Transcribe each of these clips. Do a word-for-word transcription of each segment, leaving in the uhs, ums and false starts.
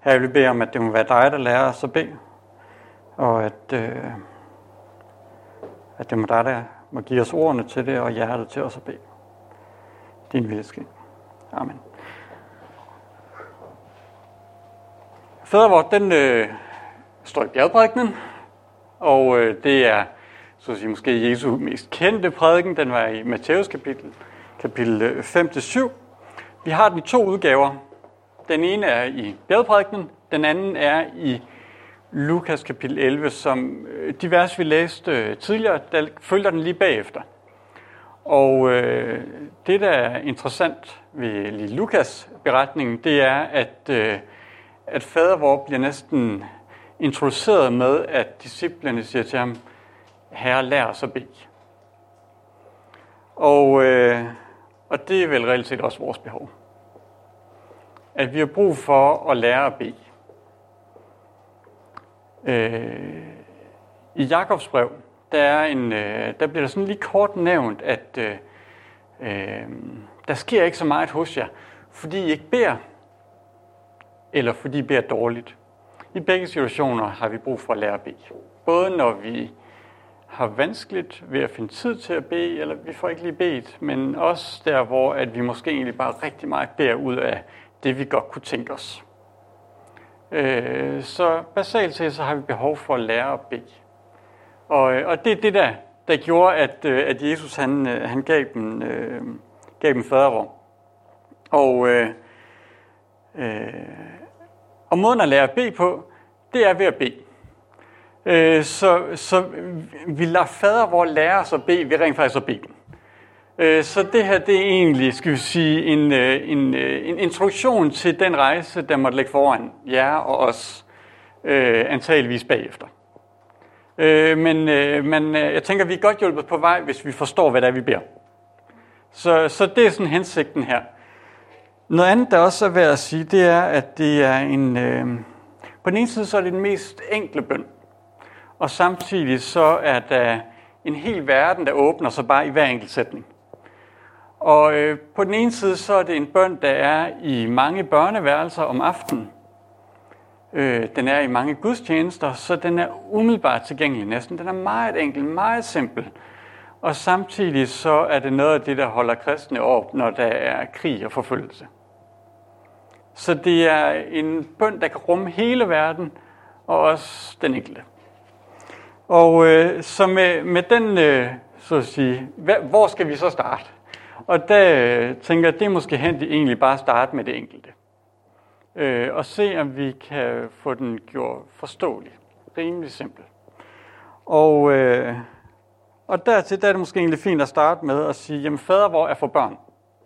Her vil jeg bede om, at det må være dig, der lærer os at bede, og at, øh, at det må dig, der må give os ordene til det, og hjertet til os at bede. Din vilje ske. Amen. Fader vor, den øh, står i bjergprædikenen, og øh, det er så at sige, måske Jesu mest kendte prædiken. Den var i Matthæus kapitel, kapitel fem til syv. Vi har den i to udgaver. Den ene er i bjergprædikenen, den anden er i Lukas kapitel elleve, som de vers, vi læste tidligere, der følger den lige bagefter. Og øh, det, der er interessant ved lige Lukas beretningen, det er, at, øh, at fader vor bliver næsten introduceret med, at disciplene siger til ham, Herre, lær os at bede. Og, øh, og det er vel reelt set også vores behov. At vi har brug for at lære at bede. Øh, I Jakobs brev, der, er en, øh, der bliver der sådan lige kort nævnt, at øh, øh, der sker ikke så meget hos jer, fordi I ikke beder, eller fordi I beder dårligt. I begge situationer har vi brug for at lære at bede. Både når vi har vanskeligt ved at finde tid til at bede, eller vi får ikke lige bedt, men også der, hvor at vi måske egentlig bare rigtig meget beder ud af det, vi godt kunne tænke os. Øh, så basalt set, så har vi behov for at lære at bede. Og, og det er det, der, der gjorde, at, at Jesus han, han gav dem, øh, gav dem fadervor. Og, øh, øh, og måden at lære at bede på, det er ved at bede. Øh, så, så vi lader fadervor lære os at bede, vi rent faktisk at bede. Øh, så det her, det er egentlig, skal vi sige, en, en, en introduktion til den rejse, der måtte ligge foran jer og os, øh, antageligvis bagefter. Øh, men øh, men jeg tænker, vi er godt hjulpet på vej, hvis vi forstår, hvad det er, vi beder. Så, så det er sådan hensigten her. Noget andet, der også er værd at sige, det er, at det er en... Øh, på den ene side, så er det den mest enkle bøn. Og samtidig så er der en hel verden, der åbner sig bare i hver enkelt sætning. Og øh, på den ene side, så er det en bøn, der er i mange børneværelser om aftenen. Øh, den er i mange gudstjenester, så den er umiddelbart tilgængelig næsten. Den er meget enkel, meget simpel. Og samtidig så er det noget af det, der holder kristne op, når der er krig og forfølgelse. Så det er en bøn, der kan rumme hele verden, og også den enkelte. Og øh, så med, med den, øh, så at sige, hvor skal vi så starte? Og der øh, tænker jeg, det er måske hen egentlig bare starte med det enkelte. Øh, og se, om vi kan få den gjort forståelig. Rimelig simpel. Og, øh, og dertil der er det måske egentlig fint at starte med at sige, jamen fader vor er for børn.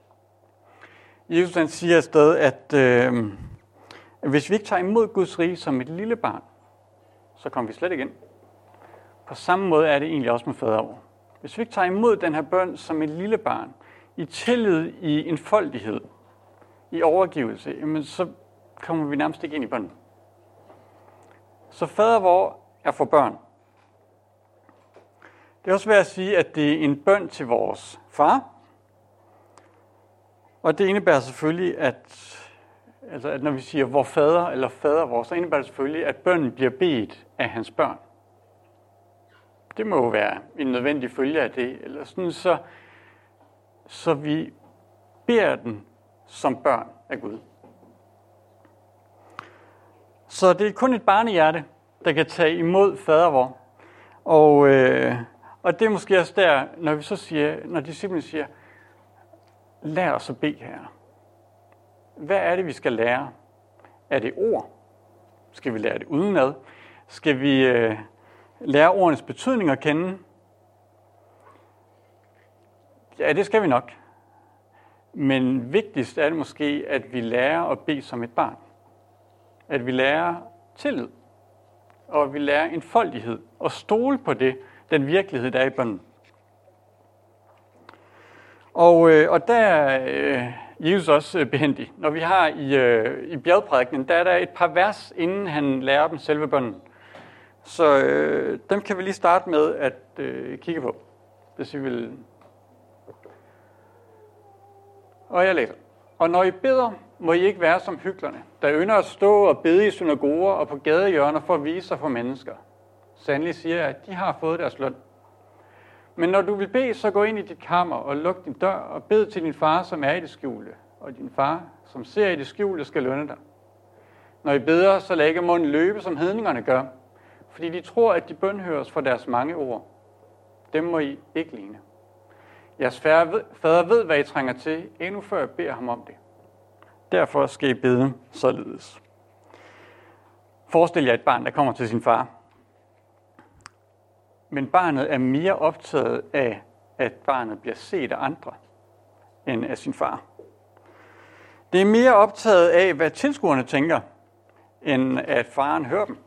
Jesus han siger et sted, at øh, hvis vi ikke tager imod Guds rige som et lille barn, så kommer vi slet ikke ind. På samme måde er det egentlig også med fadervor. Hvis vi ikke tager imod den her bøn som et lille barn, i tillid, i enfoldighed, i overgivelse, jamen så kommer vi nærmest ikke ind i bønnen. Så fadervor er for børn. Det er også værd at sige, at det er en bøn til vores far. Og det indebærer selvfølgelig, at, altså at når vi siger vor fader eller fadervor, så indebærer det selvfølgelig, at bønnen bliver bedt af hans børn. Det må jo være en nødvendig følge af det, eller sådan, så, så vi beder den som børn af Gud. Så det er kun et barnehjerte, der kan tage imod fadervor. Og, øh, og det er måske også der, når vi så siger, når disciplene siger, lær os at bede, Herre. Hvad er det, vi skal lære? Er det ord? Skal vi lære det udenad? Skal vi øh, lære ordenes betydning at kende? Ja, det skal vi nok. Men vigtigst er det måske, at vi lærer at bede som et barn. At vi lærer tillid. Og at vi lærer enfoldighed. Og stole på det, den virkelighed, der er i bønnen. Og, øh, og der er øh, Jesus også behændig. Når vi har i, øh, i bjergprædikenen, der er der et par vers, inden han lærer dem selve bønnen. Så øh, dem kan vi lige starte med at øh, kigge på, hvis vi vil. Og jeg læser. Og når I beder, må I ikke være som hyklerne, der ynder at stå og bede i synagoger og på gadehjørner for at vise sig for mennesker. Sandelig siger jeg, at de har fået deres løn. Men når du vil bede, så gå ind i dit kammer og luk din dør og bed til din far, som er i det skjulte. Og din far, som ser i det skjulte, skal lønne dig. Når I beder, så lad ikke munden løbe, som hedningerne gør, fordi de tror, at de bønhøres for deres mange ord. Dem må I ikke ligne. Jeres fader ved, hvad I trænger til, endnu før jeg beder ham om det. Derfor skal I bede således. Forestil jer et barn, der kommer til sin far. Men barnet er mere optaget af, at barnet bliver set af andre, end af sin far. Det er mere optaget af, hvad tilskuerne tænker, end at faren hører dem.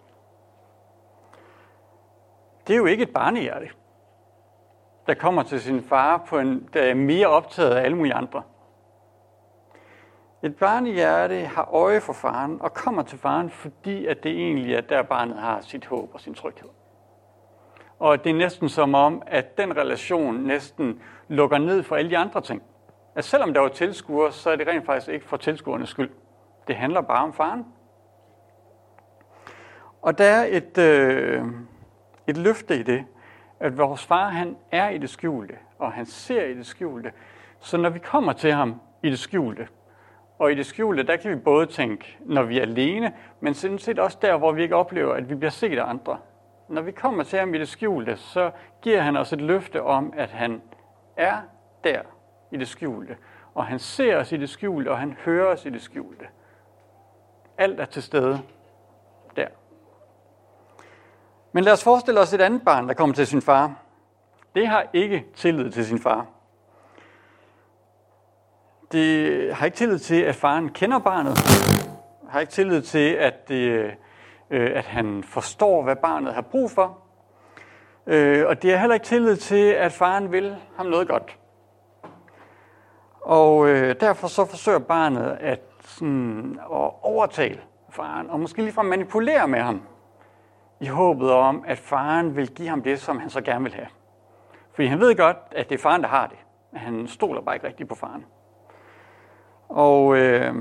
Det er jo ikke et barnehjerte, der kommer til sin far, på en, der er mere optaget af alle mulige andre. Et barnehjerte har øje for faren og kommer til faren, fordi at det egentlig er der, barnet har sit håb og sin tryghed. Og det er næsten som om, at den relation næsten lukker ned for alle de andre ting. At selvom der var tilskuere, så er det rent faktisk ikke for tilskuernes skyld. Det handler bare om faren. Og der er et, øh, et løfte i det, at vores far han er i det skjulte, og han ser i det skjulte. Så når vi kommer til ham i det skjulte, og i det skjulte, der kan vi både tænke, når vi er alene, men sådan set også der, hvor vi ikke oplever, at vi bliver set af andre. Når vi kommer til ham i det skjulte, så giver han os et løfte om, at han er der i det skjulte, og han ser os i det skjulte, og han hører os i det skjulte. Alt er til stede der. Men lad os forestille os et andet barn, der kommer til sin far. Det har ikke tillid til sin far. Det har ikke tillid til, at faren kender barnet. Har ikke tillid til, at, det, øh, at han forstår, hvad barnet har brug for. Øh, og det har heller ikke tillid til, at faren vil ham noget godt. Og øh, derfor så forsøger barnet at, sådan, at overtale faren, og måske ligefrem manipulere med ham, i håbet om, at faren vil give ham det, som han så gerne vil have. Fordi han ved godt, at det er faren, der har det. Han stoler bare ikke rigtigt på faren. Og, øh,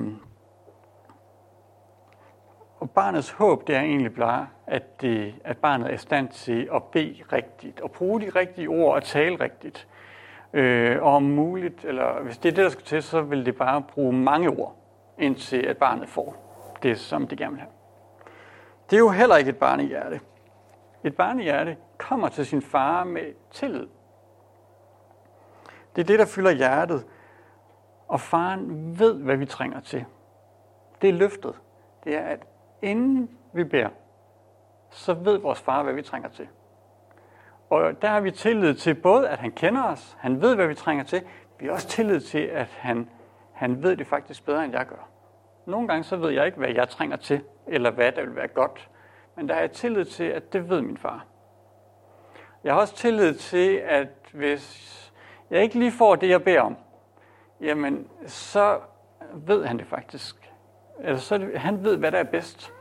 og barnets håb, det er egentlig bare, at, det, at barnet er i stand til at bede rigtigt, og bruge de rigtige ord og tale rigtigt. Øh, og om muligt, eller hvis det er det, der skal til, så vil det bare bruge mange ord, indtil at barnet får det, som det gerne vil have. Det er jo heller ikke et barnehjerte. Et barnehjerte kommer til sin far med tillid. Det er det, der fylder hjertet. Og faren ved, hvad vi trænger til. Det er løftet. Det er, at inden vi beder, så ved vores far, hvad vi trænger til. Og der har vi tillid til både, at han kender os, han ved, hvad vi trænger til. Vi har også tillid til, at han, han ved det faktisk bedre, end jeg gør. Nogle gange så ved jeg ikke, hvad jeg trænger til, eller hvad der vil være godt. Men der har jeg tillid til, at det ved min far. Jeg har også tillid til, at hvis jeg ikke lige får det, jeg beder om, jamen, så ved han det faktisk. Eller så det, han ved, hvad der er bedst.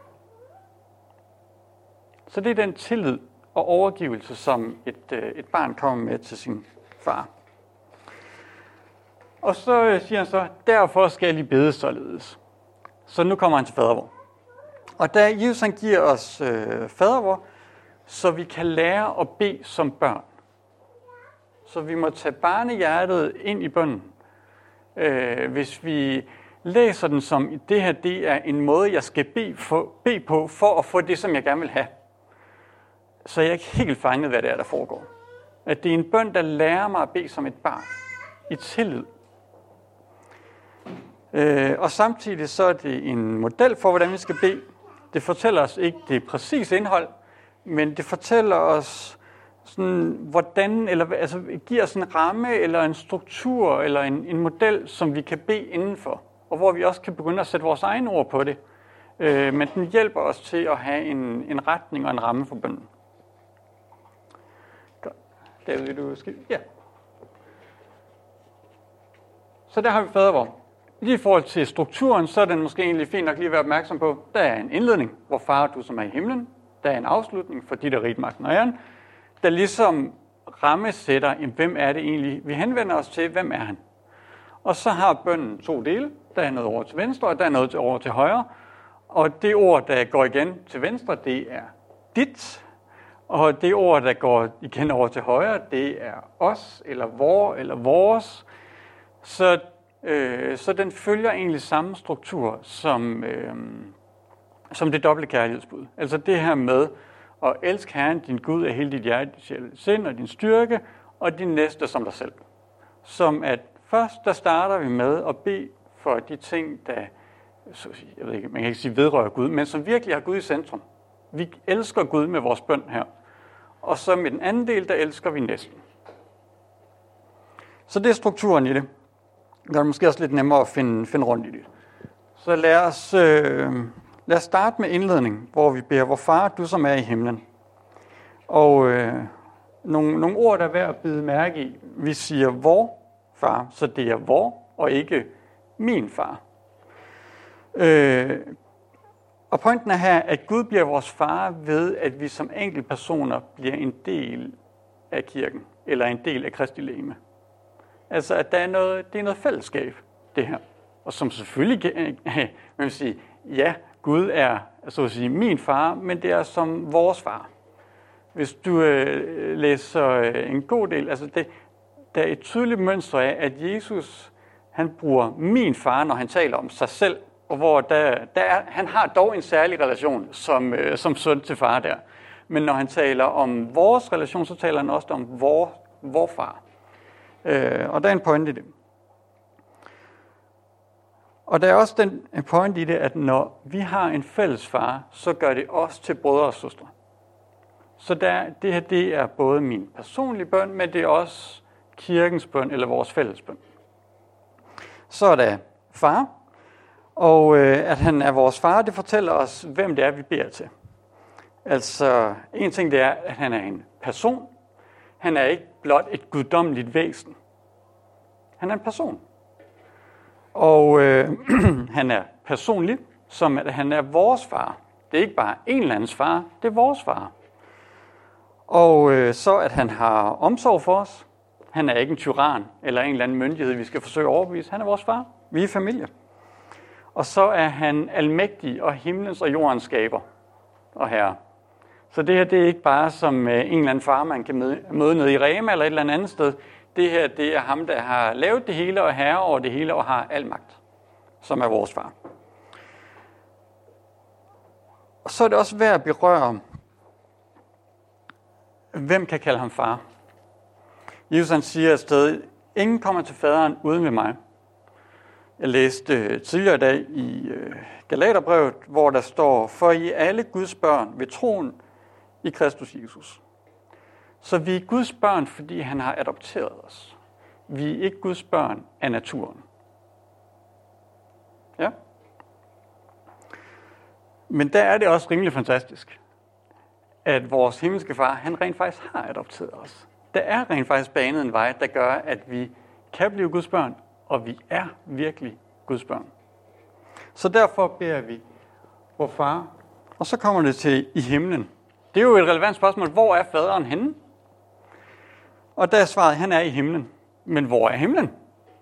Så det er den tillid og overgivelse, som et, et barn kommer med til sin far. Og så siger han så, derfor skal I bede således. Så nu kommer han til fadervor. Og da Jesus han giver os øh, fadervor, så vi kan lære at bede som børn. Så vi må tage barnehjertet ind i bønnen. Øh, hvis vi læser den som, det her det er en måde, jeg skal bede, for, bede på, for at få det, som jeg gerne vil have. Så jeg er ikke helt fanget, hvad det er, der foregår. At det er en bøn, der lærer mig at bede som et barn. I tillid. Øh, og samtidig så er det en model for, hvordan vi skal bede. Det fortæller os ikke det præcise indhold, men det fortæller os, sådan, hvordan, eller altså, giver os en ramme, eller en struktur, eller en, en model, som vi kan bede indenfor. Og hvor vi også kan begynde at sætte vores egne ord på det. Øh, men den hjælper os til at have en, en retning og en ramme for bønnen. Godt. David, vil du skrive? Ja. Så der har vi fadervor. Lige i forhold til strukturen, så er den måske egentlig fint nok lige at være opmærksom på. Der er en indledning, hvor far du som er i himlen. Der er en afslutning for de, der rigt magten og æren. Der ligesom rammesætter, hvem er det egentlig, vi henvender os til, hvem er han. Og så har bønnen to dele. der er noget over til venstre, og der er noget over til højre. Og det ord, der går igen til venstre, det er dit. Og det ord, der går igen over til højre, det er os, eller vor, eller vores. Så, øh, så den følger egentlig samme struktur som, øh, som det dobbelte kærlighedsbud. Altså det her med at elske Herren, din Gud, af hele dit hjerte, dit sjæl, sind og din styrke, og din næste som dig selv. Som at først, der starter vi med at bede for de ting, der, så at sige, jeg ved ikke, man kan ikke sige vedrører Gud, men som virkelig har Gud i centrum. Vi elsker Gud med vores bøn her. Og så med den anden del, der elsker vi næsten. Så det er strukturen i det. Det er måske også lidt nemmere at finde, finde rundt i det. Så lad os, øh, lad os starte med indledning, hvor vi beder, vor far, du som er i himlen. Og øh, nogle, nogle ord, der er værd at bide mærke i. Vi siger vor far, så det er vor, og ikke min far. Øh, og pointen er her, at Gud bliver vores far ved, at vi som enkelte personer bliver en del af kirken, eller en del af Kristi legeme. Altså, at der er noget, det er noget fællesskab, det her. Og som selvfølgelig, man vil sige, ja, Gud er, så at sige, min far, men det er som vores far. Hvis du øh, læser øh, en god del, altså det, der er et tydeligt mønster af, at Jesus, han bruger min far, når han taler om sig selv, og hvor der, der er, han har dog en særlig relation som, øh, som søn til far der. Men når han taler om vores relation, så taler han også om vor, vor far. Øh, og der er en point i det. Og der er også den en point i det, at når vi har en fælles far, så gør det os til brødre og søstre. Så der, det her det er både min personlige bøn, men det er også kirkens bøn eller vores fælles bøn. Så er der far, og øh, at han er vores far, det fortæller os, hvem det er, vi beder til. Altså, en ting det er, at han er en person. Han er ikke blot et guddommeligt væsen. Han er en person. Og øh, han er personlig, som at han er vores far. Det er ikke bare en eller andens far, det er vores far. Og øh, så at han har omsorg for os. Han er ikke en tyran eller en eller anden myndighed, vi skal forsøge at overbevise. Han er vores far. Vi er familie. Og så er han almægtig og himlens og jordens skaber og herre. Så det her, det er ikke bare som en eller anden far, man kan møde nede i Rema eller et eller andet sted. Det her, det er ham, der har lavet det hele og herre over det hele og har al magt, som er vores far. Og så er det også værd at berøre, hvem kan kalde ham far? Jesus han siger et sted, ingen kommer til faderen uden ved mig. Jeg læste tidligere i dag i Galaterbrevet, hvor der står, for I alle Guds børn ved troen i Kristus Jesus. Så vi er Guds børn, fordi han har adopteret os. Vi er ikke Guds børn af naturen. Ja? Men der er det også rimelig fantastisk, at vores himmelske far, han rent faktisk har adopteret os. Der er rent faktisk banet en vej, der gør, at vi kan blive Guds børn, og vi er virkelig Guds børn. Så derfor beder vi vor far, og så kommer det til i himlen. Det er jo et relevant spørgsmål. Hvor er faderen henne? Og der er svaret, han er i himlen. Men hvor er himlen?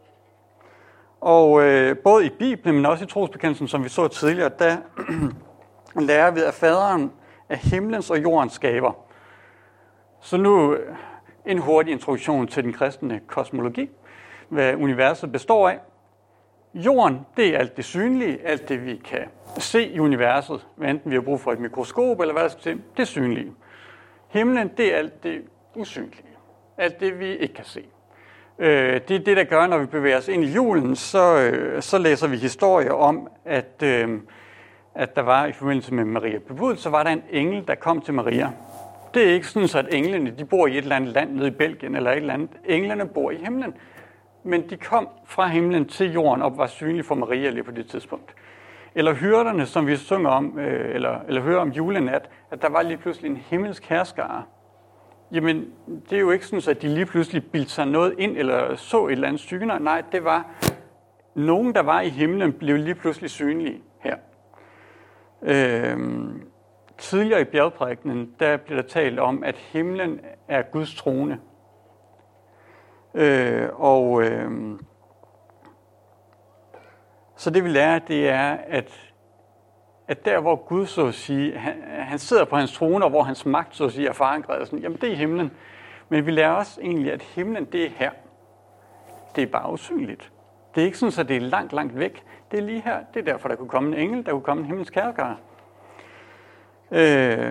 Og øh, både i Bibelen, men også i trosbekendelsen, som vi så tidligere, der lærer vi, at faderen er himlens og jordens skaber. Så nu en hurtig introduktion til den kristne kosmologi, hvad universet består af. Jorden, det er alt det synlige, alt det vi kan se i universet, hvad enten vi har brug for et mikroskop eller hvad der skal til, det synlige. Himlen, det er alt det usynlige, alt det vi ikke kan se. Det er det, der gør, når vi bevæger os ind i julen, så, så læser vi historier om, at, at der var i forbindelse med Maria bebudelse, så var der en engel, der kom til Maria. Det er ikke sådan, at englene de bor i et eller andet land nede i Belgien eller et eller andet. Englene bor i himlen. Men de kom fra himlen til jorden og var synlige for Maria lige på det tidspunkt. Eller hyrderne, som vi synger om, eller, eller hører om julenat, at der var lige pludselig en himmelsk herskare. Jamen, det er jo ikke sådan, at de lige pludselig bildte sig noget ind, eller så et eller andet stykke. Nej, det var nogen, der var i himlen, blev lige pludselig synlige her. Øhm, tidligere i bjergprædikenen, der blev der talt om, at himlen er Guds trone. Øh, og øh, Så det vi lærer, det er, at, at der hvor Gud så at sige, han, han sidder på hans trone, og hvor hans magt så at sige er forankret, sådan, jamen det er himlen. Men vi lærer også egentlig, at himlen det er her. Det er bare usynligt. Det er ikke sådan, at det er langt, langt væk. Det er lige her. Det er derfor, der kunne komme en engel, der kunne komme en himmelsk herskare. Øh,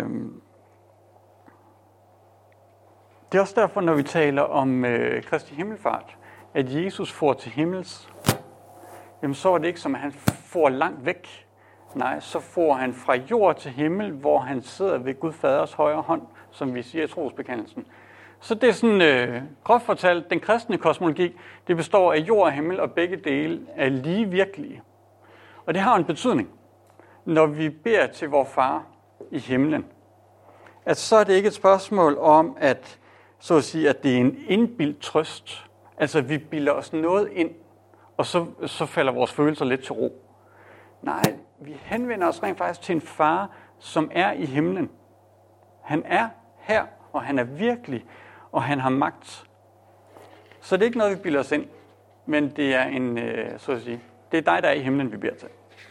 det er også derfor, når vi taler om øh, Kristi himmelfart, at Jesus får til himmels, jamen så er det ikke som, at han får langt væk. Nej, så får han fra jord til himmel, hvor han sidder ved Gud Faders højre hånd, som vi siger i trosbekendelsen. Så det er sådan, øh, groft fortalt, den kristne kosmologi, det består af jord og himmel, og begge dele er lige virkelige. Og det har en betydning, når vi beder til vor far i himlen. At så er det ikke et spørgsmål om, at, så at sige, at det er en indbildt trøst. Altså, vi bilder os noget ind, og så, så falder vores følelser lidt til ro. Nej, vi henvender os rent faktisk til en far, som er i himlen. Han er her, og han er virkelig, og han har magt. Så det er ikke noget, vi bilder os ind, men det er en, øh, så at sige, det er dig, der er i himlen, vi beder til.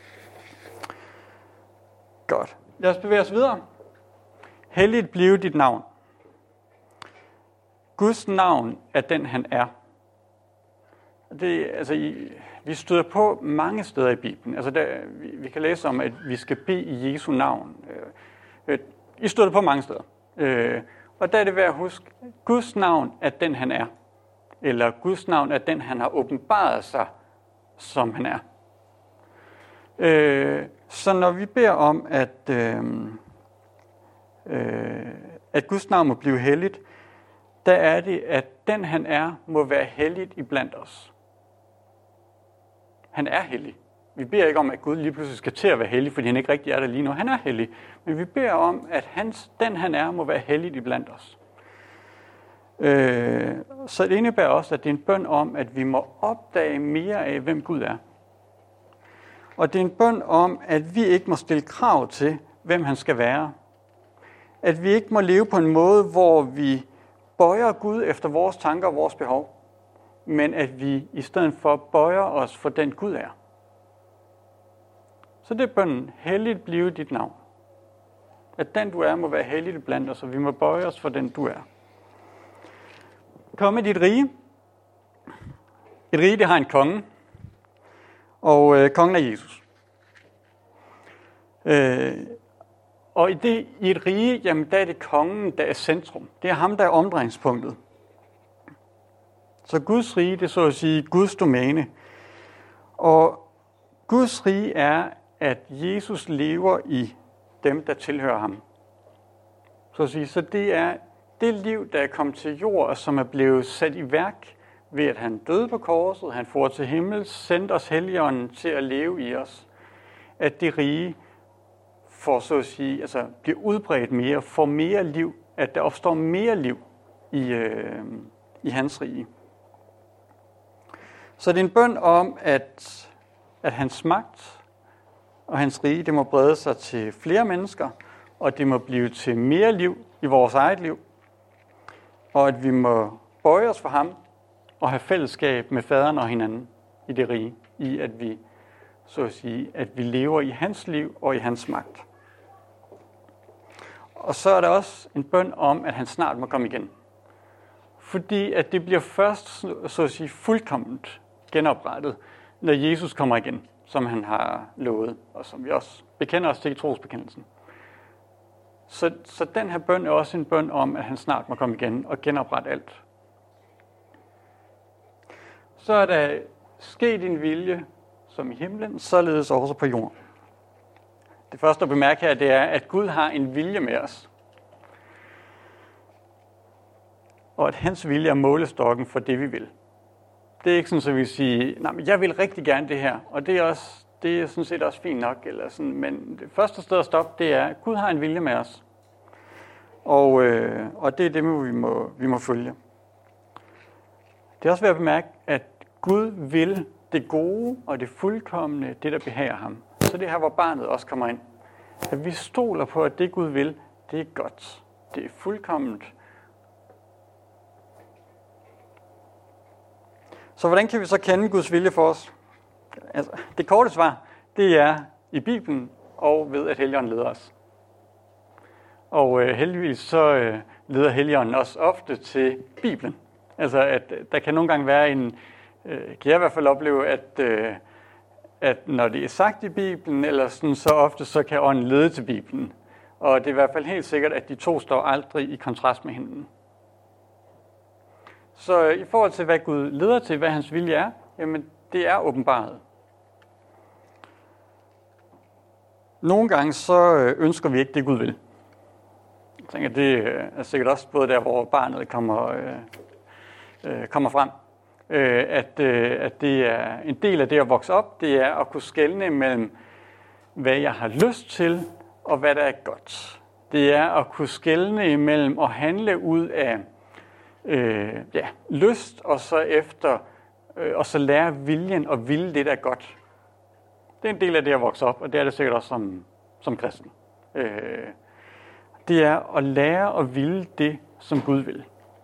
Godt. Lad os bevæge os videre. Helligt blive dit navn. Guds navn er den, han er. Det, altså, I, vi støder på mange steder i Bibelen. Altså, der, vi, vi kan læse om, at vi skal bede i Jesu navn. Øh, I støder på mange steder. Øh, og der er det værd at huske, Guds navn er den, han er. Eller Guds navn er den, han har åbenbaret sig, som han er. Øh, så når vi beder om, at, øh, øh, at Guds navn må blive helligt, der er det, at den, han er, må være helligt iblandt os. Han er hellig. Vi beder ikke om, at Gud lige pludselig skal til at være hellig, fordi han ikke rigtig er der lige nu. Han er hellig. Men vi beder om, at hans, den, han er, må være helligt iblandt os. Øh, så det indebærer også, at det er en bøn om, at vi må opdage mere af, hvem Gud er. Og det er en bøn om, at vi ikke må stille krav til, hvem han skal være. At vi ikke må leve på en måde, hvor vi bøjer Gud efter vores tanker og vores behov, men at vi i stedet for bøjer os for den Gud er. Så det er bønnen, helligt blive dit navn. At den du er, må være helligt blandt os, og vi må bøje os for den du er. Kom i dit rige. Et rige, det har en konge, og øh, kongen er Jesus. Øh, og i, det, i et rige, jamen der er det kongen, der er centrum. Det er ham, der er omdrejningspunktet. Så Guds rige, det er så at sige Guds domæne. Og Guds rige er, at Jesus lever i dem, der tilhører ham. Så at sige, så det er det liv, der er kommet til jord, og som er blevet sat i værk ved, at han døde på korset, han får til himmel, sendte os Helligånden til at leve i os. At det rige får så at sige, altså bliver udbredt mere, får mere liv, at der opstår mere liv i, øh, i hans rige. Så det er en bøn om, at, at hans magt og hans rige, det må brede sig til flere mennesker, og det må blive til mere liv i vores eget liv, og at vi må bøje os for ham og have fællesskab med faderen og hinanden i det rige, i at vi, så at sige, at vi lever i hans liv og i hans magt. Og så er der også en bøn om, at han snart må komme igen. Fordi at det bliver først, så at sige, fuldkomment genoprettet, når Jesus kommer igen, som han har lovet, og som vi også bekender os til i trosbekendelsen. Så, så den her bøn er også en bøn om, at han snart må komme igen og genoprette alt. Så er der sket din vilje, som i himlen, således også på jorden. Det første at bemærke her, det er, at Gud har en vilje med os. Og at hans vilje er målestokken for det, vi vil. Det er ikke sådan, at vi siger, nej, men jeg vil rigtig gerne det her, og det er, også, det er sådan set også fint nok. Eller sådan, men det første sted at stoppe, det er, at Gud har en vilje med os. Og, øh, og det er det, vi må, vi må følge. Det er også værd at bemærke, at Gud vil det gode og det fuldkomne, det der behager ham. Så det her, hvor barnet også kommer ind. At vi stoler på, at det Gud vil, det er godt. Det er fuldkomment. Så hvordan kan vi så kende Guds vilje for os? Altså, det korte svar, det er i Bibelen og ved, at Helligånden leder os. Og øh, heldigvis så øh, leder Helligånden også ofte til Bibelen. Altså, at der kan nogle gange være en, øh, kan jeg i hvert fald opleve, at, øh, at når det er sagt i Bibelen, eller sådan, så ofte, så kan ånden lede til Bibelen. Og det er i hvert fald helt sikkert, at de to står aldrig i kontrast med hinanden. Så i forhold til, hvad Gud leder til, hvad hans vilje er, jamen det er åbenbaret. Nogle gange så ønsker vi ikke det, Gud vil. Jeg tænker, det er sikkert også både der, hvor barnet kommer, øh, kommer frem. Øh, at, øh, at det er en del af det at vokse op, det er at kunne skelne mellem, hvad jeg har lyst til, og hvad der er godt. Det er at kunne skelne imellem at handle ud af øh, ja, lyst, og så efter, øh, og så lære viljen og ville det, der er godt. Det er en del af det at vokse op, og det er det sikkert også som, som kristen. Øh, det er at lære at ville det, som Gud vil.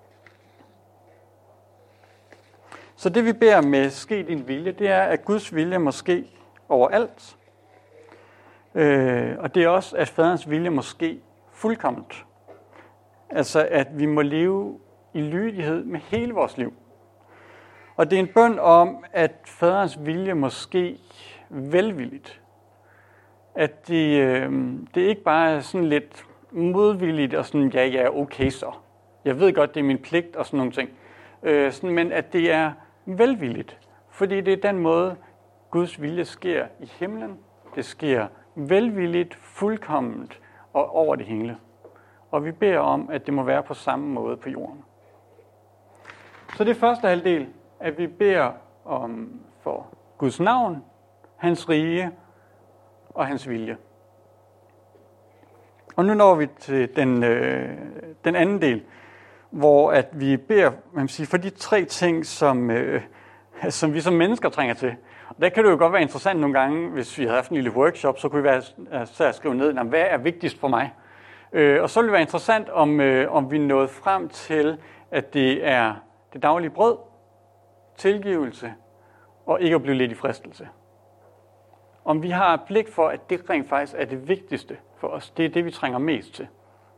Så det vi beder med ske din vilje, det er, at Guds vilje må ske overalt. Øh, og det er også, at faderens vilje må ske fuldkomment. Altså, at vi må leve i lydighed med hele vores liv. Og det er en bøn om, at faderens vilje må ske velvilligt. At det, øh, det ikke bare er sådan lidt modvilligt og sådan, ja, ja, okay så. Jeg ved godt, det er min pligt og sådan nogle ting. Øh, sådan, men at det er velvilligt. Fordi det er den måde, Guds vilje sker i himlen. Det sker velvilligt, fuldkomment og over det hele. Og vi beder om, at det må være på samme måde på jorden. Så det er første halvdel, at vi beder om for Guds navn, hans rige og hans vilje. Og nu når vi til den, øh, den anden del, hvor at vi beder man sige, for de tre ting, som, øh, som vi som mennesker trænger til. Og der kan det jo godt være interessant nogle gange, hvis vi havde haft en lille workshop, så kunne vi være så at skrive ned, hvad er vigtigst for mig? Øh, og så ville det være interessant, om, øh, om vi nåede frem til, at det er det daglige brød, tilgivelse og ikke at blive lidt i fristelse. Om vi har blik for, at det rent faktisk er det vigtigste for os. Det er det, vi trænger mest til.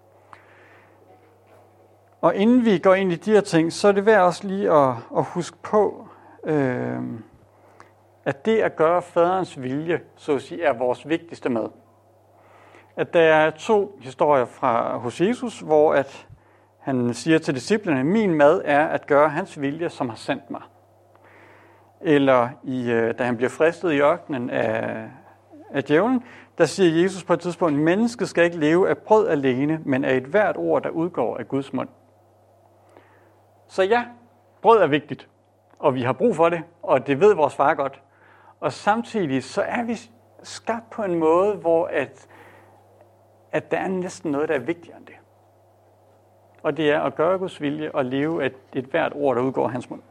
Og inden vi går ind i de her ting, så er det værd også lige at, at huske på, øh, at det at gøre faderens vilje, så at sige, er vores vigtigste mad. At der er to historier fra hos Jesus, hvor at han siger til disciplene, min mad er at gøre hans vilje, som har sendt mig. Eller i, da han bliver fristet i ørkenen af, af djævlen, der siger Jesus på et tidspunkt, mennesket skal ikke leve af brød alene, men af et hvert ord, der udgår af Guds mund. Så ja, brød er vigtigt, og vi har brug for det, og det ved vores far godt. Og samtidig så er vi skabt på en måde, hvor at, at der er næsten noget, der er vigtigere end det. Og det er at gøre Guds vilje og leve af et hvert ord, der udgår af hans mund.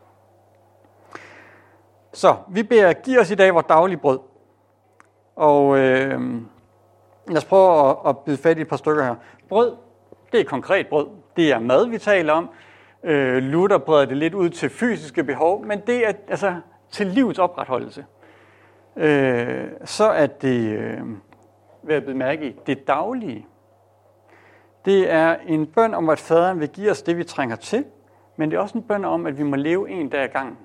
Så vi beder, giv os i dag vores daglige brød. Og øh, lad os prøve at, at bide fat i et par stykker her. Brød, det er konkret brød. Det er mad, vi taler om. Øh, Luther breder det lidt ud til fysiske behov, men det er altså til livets opretholdelse. Øh, så er det, øh, hvad jeg bide mærke i, det daglige. Det er en bøn om, at faderen vil give os det, vi trænger til, men det er også en bøn om, at vi må leve en dag ad gangen.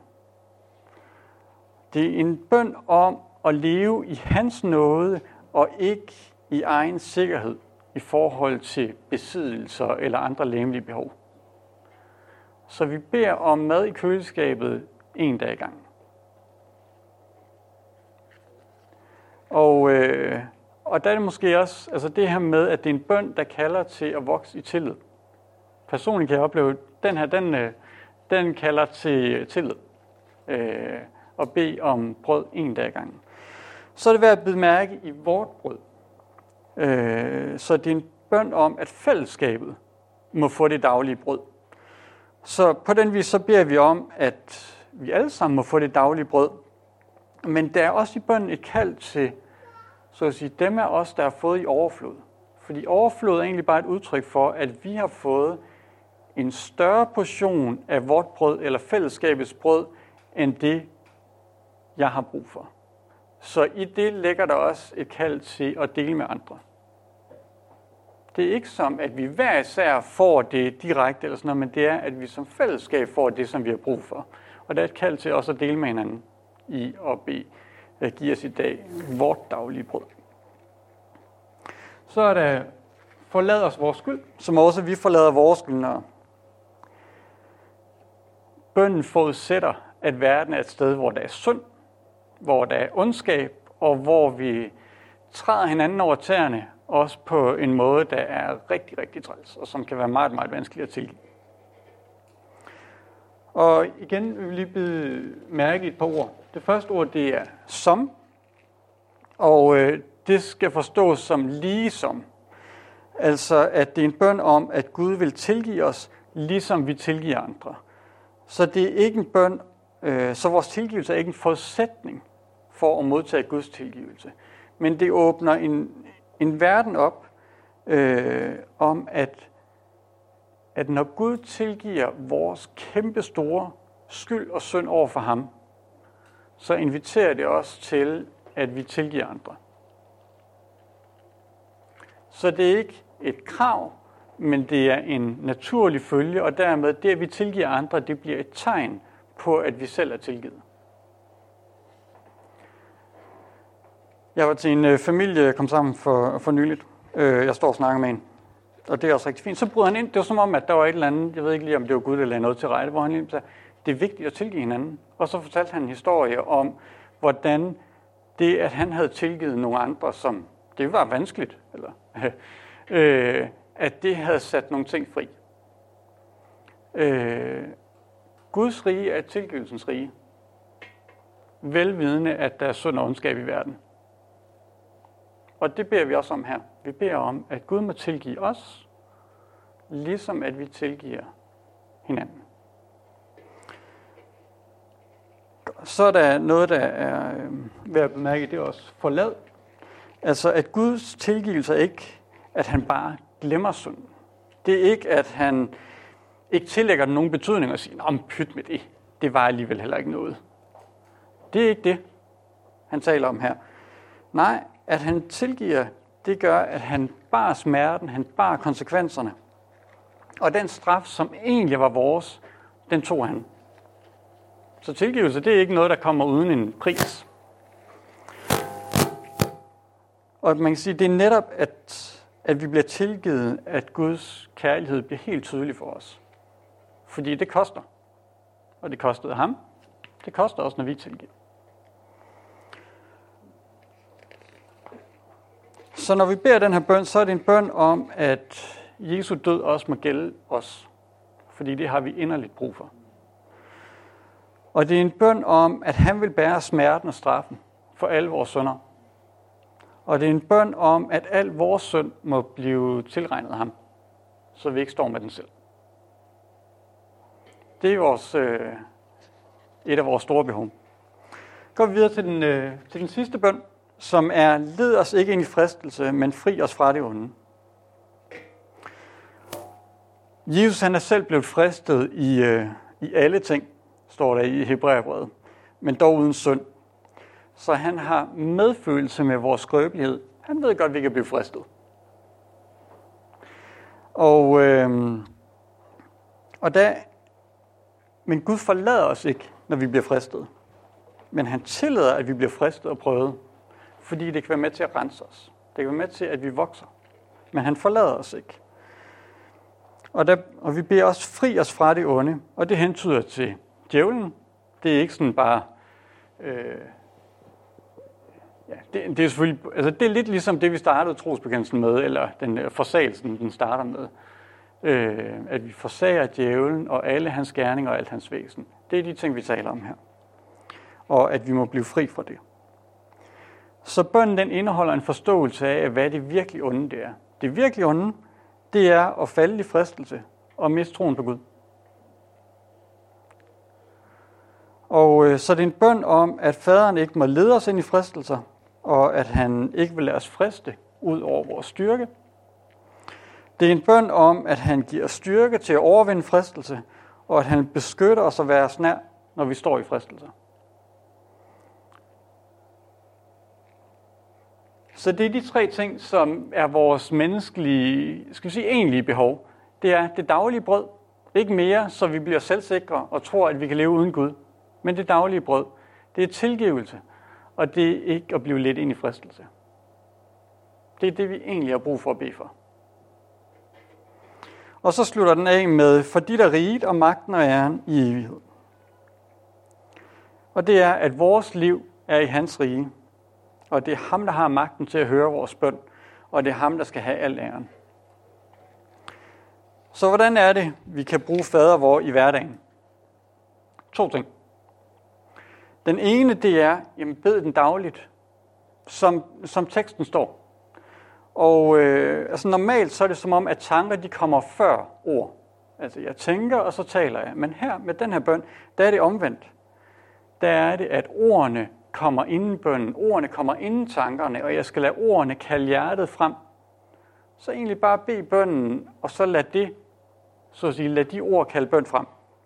Det er en bøn om at leve i hans nåde og ikke i egen sikkerhed i forhold til besiddelser eller andre legemlige behov. Så vi beder om mad i køleskabet en dag ad gangen. Og, øh, og der er det måske også altså det her med, at det er en bøn, der kalder til at vokse i tillid. Personligt kan jeg opleve, at den her, den, øh, den kalder til tillid. Øh, og bede om brød en dag ad gangen. Så er det værd at bide mærke i vort brød. Øh, så det er en bøn om, at fællesskabet må få det daglige brød. Så på den vis så beder vi om, at vi alle sammen må få det daglige brød. Men der er også i bønnen et kald til, så at sige, dem af os, der har fået i overflod. Fordi overflod er egentlig bare et udtryk for, at vi har fået en større portion af vort brød, eller fællesskabets brød, end det, jeg har brug for. Så i det ligger der også et kald til at dele med andre. Det er ikke som, at vi hver især får det direkte, eller sådan noget, men det er, at vi som fællesskab får det, som vi har brug for. Og der er et kald til også at dele med hinanden i at bede, at give os i dag vort daglige brød. Så er der forlad os vores skyld, som også vi forlader vores skyldnere. Bønnen forudsætter, at verden er et sted, hvor der er synd, hvor der er ondskab, og hvor vi træder hinanden over tæerne, også på en måde, der er rigtig, rigtig træls, og som kan være meget, meget vanskelig at tilgive. Og igen vil vi lige bide mærke i et par ord. Det første ord, det er som, og øh, det skal forstås som ligesom. Altså, at det er en bøn om, at Gud vil tilgive os, ligesom vi tilgiver andre. Så det er ikke en bøn, øh, så vores tilgivelse er ikke en forudsætning for at modtage Guds tilgivelse. Men det åbner en, en verden op øh, om, at, at når Gud tilgiver vores kæmpe store skyld og synd over for ham, så inviterer det os til, at vi tilgiver andre. Så det er ikke et krav, men det er en naturlig følge, og dermed det, at vi tilgiver andre, det bliver et tegn på, at vi selv er tilgivet. Jeg var til en øh, familie, jeg kom sammen for, for nyligt. Øh, jeg står og snakker med en, og det er også rigtig fint. Så bryder han ind. Det var som om, at der var et eller andet, jeg ved ikke lige, om det var Gud, der lagde noget til rette, hvor han lige sagde, det er vigtigt at tilgive hinanden. Og så fortalte han en historie om, hvordan det, at han havde tilgivet nogle andre, som det var vanskeligt, eller øh, at det havde sat nogle ting fri. Øh, Guds rige er tilgivelsens rige. Velvidende, at der er synd og ondskab i verden. Og det beder vi også om her. Vi beder om, at Gud må tilgive os, ligesom at vi tilgiver hinanden. Så er der noget, der er øh, værd at bemærke, det er også forlad. Altså, at Guds tilgivelse er ikke, at han bare glemmer synden. Det er ikke, at han ikke tillægger den nogen betydning og siger, nå, pyt med det. Det var alligevel heller ikke noget. Det er ikke det, han taler om her. Nej, at han tilgiver, det gør, at han bar smerten, han bar konsekvenserne. Og den straf, som egentlig var vores, den tog han. Så tilgivelse, det er ikke noget, der kommer uden en pris. Og man kan sige, det er netop, at, at vi bliver tilgivet, at Guds kærlighed bliver helt tydelig for os. Fordi det koster. Og det kostede ham. Det koster også, når vi tilgiver. Så når vi beder den her bøn, så er det en bøn om, at Jesu død også må gælde os. Fordi det har vi inderligt brug for. Og det er en bøn om, at han vil bære smerten og straffen for alle vores synder. Og det er en bøn om, at al vores synd må blive tilregnet ham, så vi ikke står med den selv. Det er vores, øh, et af vores store behov. Går vi videre til den, øh, til den sidste bøn, som er, led os ikke ind i fristelse, men fri os fra det onde. Jesus han er selv blevet fristet i, øh, i alle ting, står der i Hebræerbrevet, men dog uden synd. Så han har medfølelse med vores skrøbelighed. Han ved godt, at vi kan blive fristet. Og, øh, og da, men Gud forlader os ikke, når vi bliver fristet. Men han tillader, at vi bliver fristet og prøvet, fordi det kan være med til at rense os. Det kan være med til, at vi vokser. Men han forlader os ikke. Og, der, og vi beder også fri os fra det onde, og det hentyder til djævlen. Det er ikke sådan bare... Øh, ja, det, det er selvfølgelig... Altså det er lidt ligesom det, vi startede trosbekendelsen med, eller den forsagelsen, den starter med. Øh, at vi forsager djævlen og alle hans gerninger og alt hans væsen. Det er de ting, vi taler om her. Og at vi må blive fri fra det. Så bønnen den indeholder en forståelse af, hvad det virkelig onde det er. Det virkelig onde, det er at falde i fristelse og miste troen på Gud. Og øh, så det er en bøn om, at faderen ikke må lede os ind i fristelser, og at han ikke vil lade os friste ud over vores styrke. Det er en bøn om, at han giver styrke til at overvinde fristelse, og at han beskytter os og være os nær, når vi står i fristelser. Så det er de tre ting, som er vores menneskelige, skal vi sige, egentlige behov. Det er det daglige brød, ikke mere, så vi bliver selvsikre og tror, at vi kan leve uden Gud. Men det daglige brød, det er tilgivelse, og det er ikke at blive lidt ind i fristelse. Det er det, vi egentlig har brug for at bede for. Og så slutter den af med, for dit er riget og magten og æren i evighed. Og det er, at vores liv er i hans rige, og det er ham, der har magten til at høre vores bøn, og det er ham, der skal have al æren. Så hvordan er det, vi kan bruge fader vor i hverdagen? To ting. Den ene, det er, jamen bed den dagligt, som, som teksten står. Og øh, altså normalt så er det som om, at tanker de kommer før ord. Altså jeg tænker, og så taler jeg. Men her med den her bøn, der er det omvendt. Der er det, at ordene kommer inden bønnen. Ordene kommer inden tankerne, og jeg skal lade ordene kalde hjertet frem. Så egentlig bare bed bønnen, og så lad det, så at sige, lad de ord kalde bøn frem.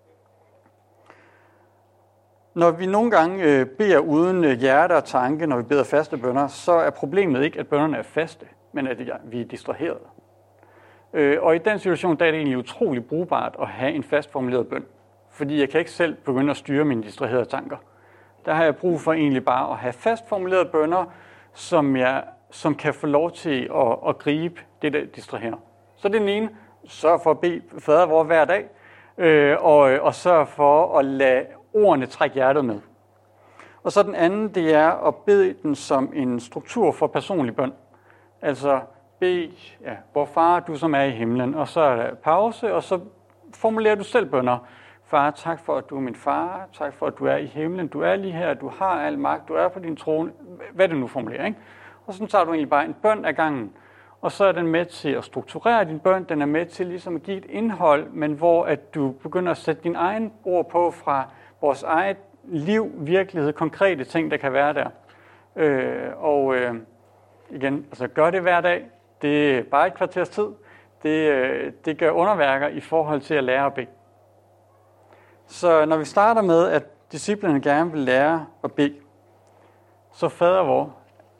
Når vi nogle gange øh, beder uden hjerte og tanke, når vi beder faste bønner, så er problemet ikke, at bønnerne er faste, men at vi er distraherede. Øh, og i den situation, der er det egentlig utroligt brugbart at have en fast formuleret bøn. Fordi jeg kan ikke selv begynde at styre mine distraherede tanker. Der har jeg brug for egentlig bare at have fast formulerede bønner, som, jeg, som kan få lov til at, at gribe det, der distraherer. Så det er den ene, sørg for at bede fader vor hver dag, øh, og, og sørg for at lade ordene trække hjertet med. Og så den anden, det er at bede den som en struktur for personlig bøn. Altså bed, ja, vor far, du som er i himlen, og så er der pause, og så formulerer du selv bønner. Far, tak for, at du er min far. Tak for, at du er i himlen. Du er lige her. Du har al magt. Du er på din trone. Hvad det nu formulerer, ikke? Og så tager du egentlig bare en bøn ad gangen. Og så er den med til at strukturere din bøn. Den er med til ligesom at give et indhold, men hvor at du begynder at sætte din egen ord på fra vores eget liv, virkelighed, konkrete ting, der kan være der. Øh, og øh, igen, altså gør det hver dag. Det er bare et kvarters tid. Det, øh, det gør underværker i forhold til at lære at bede. Så når vi starter med, at disciplene gerne vil lære at bede, så fader vor.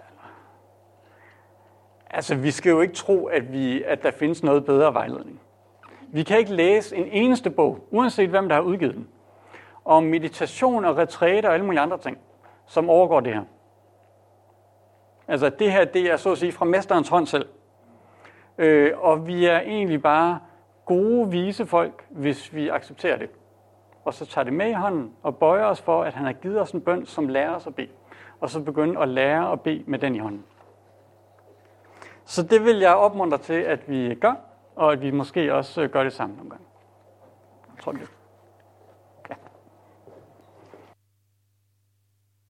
Altså, vi skal jo ikke tro, at, vi, at der findes noget bedre vejledning. Vi kan ikke læse en eneste bog, uanset hvem der har udgivet den, om meditation og retræte og alle mulige andre ting, som overgår det her. Altså, det her, det er så at sige fra mesterens hånd selv. Øh, og vi er egentlig bare gode, vise folk, hvis vi accepterer det. Og så tager det med i hånden og bøjer os for, at han har givet os en bøn, som lærer os at bede. Og så begynde at lære at bede med den i hånden. Så det vil jeg opmuntre til, at vi gør, og at vi måske også gør det sammen nogle gange. Jeg tror det.